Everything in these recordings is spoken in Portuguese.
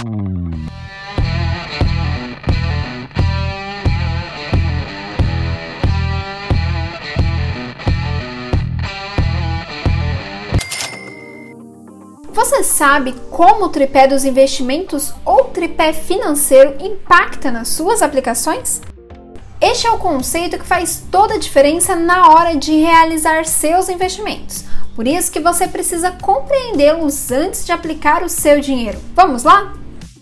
Você sabe como o tripé dos investimentos ou tripé financeiro impacta nas suas aplicações? Este é o conceito que faz toda a diferença na hora de realizar seus investimentos. Por isso que você precisa compreendê-los antes de aplicar o seu dinheiro. Vamos lá?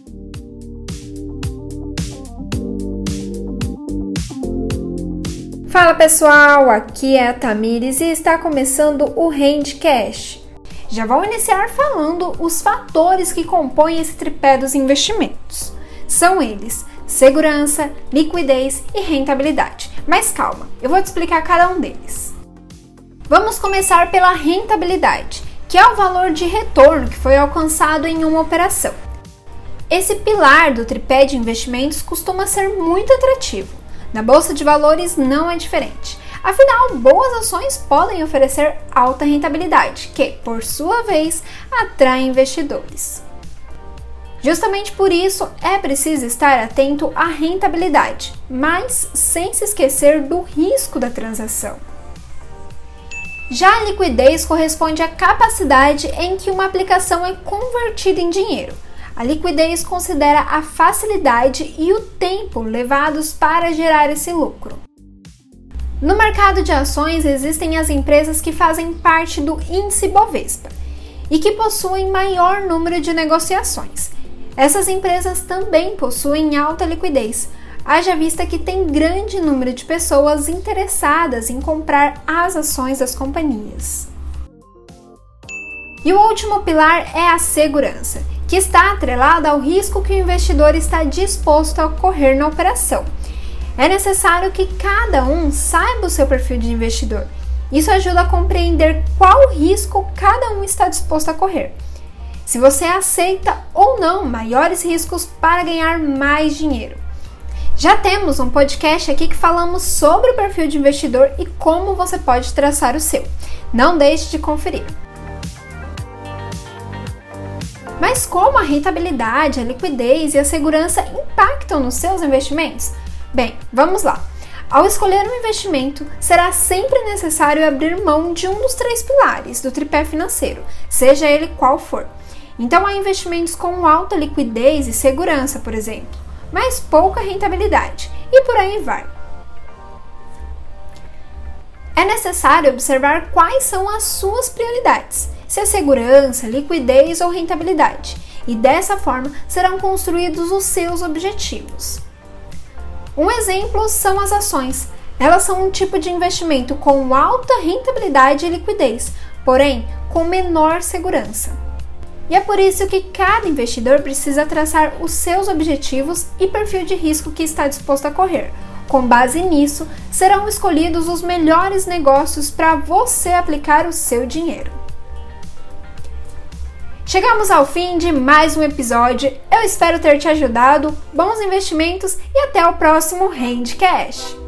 Fala pessoal, aqui é a Tamires e está começando o Handcast. Já vou iniciar falando os fatores que compõem esse tripé dos investimentos. São eles: segurança, liquidez e rentabilidade. Mas calma, eu vou te explicar cada um deles. Vamos começar pela rentabilidade, que é o valor de retorno que foi alcançado em uma operação. Esse pilar do tripé de investimentos costuma ser muito atrativo. Na bolsa de valores não é diferente. Afinal, boas ações podem oferecer alta rentabilidade, que, por sua vez, atrai investidores. Justamente por isso, é preciso estar atento à rentabilidade, mas sem se esquecer do risco da transação. Já a liquidez corresponde à capacidade em que uma aplicação é convertida em dinheiro. A liquidez considera a facilidade e o tempo levados para gerar esse lucro. No mercado de ações existem as empresas que fazem parte do índice Bovespa e que possuem maior número de negociações. Essas empresas também possuem alta liquidez, haja vista que tem grande número de pessoas interessadas em comprar as ações das companhias. E o último pilar é a segurança, que está atrelada ao risco que o investidor está disposto a correr na operação. É necessário que cada um saiba o seu perfil de investidor. Isso ajuda a compreender qual risco cada um está disposto a correr. Se você aceita ou não maiores riscos para ganhar mais dinheiro. Já temos um podcast aqui que falamos sobre o perfil de investidor e como você pode traçar o seu. Não deixe de conferir. Mas como a rentabilidade, a liquidez e a segurança impactam nos seus investimentos? Bem, vamos lá. Ao escolher um investimento, será sempre necessário abrir mão de um dos três pilares do tripé financeiro, seja ele qual for. Então, há investimentos com alta liquidez e segurança, por exemplo, mas pouca rentabilidade, e por aí vai. É necessário observar quais são as suas prioridades, se é segurança, liquidez ou rentabilidade, e dessa forma serão construídos os seus objetivos. Um exemplo são as ações. Elas são um tipo de investimento com alta rentabilidade e liquidez, porém com menor segurança. E é por isso que cada investidor precisa traçar os seus objetivos e perfil de risco que está disposto a correr. Com base nisso, serão escolhidos os melhores negócios para você aplicar o seu dinheiro. Chegamos ao fim de mais um episódio, eu espero ter te ajudado, bons investimentos e até o próximo Handcast!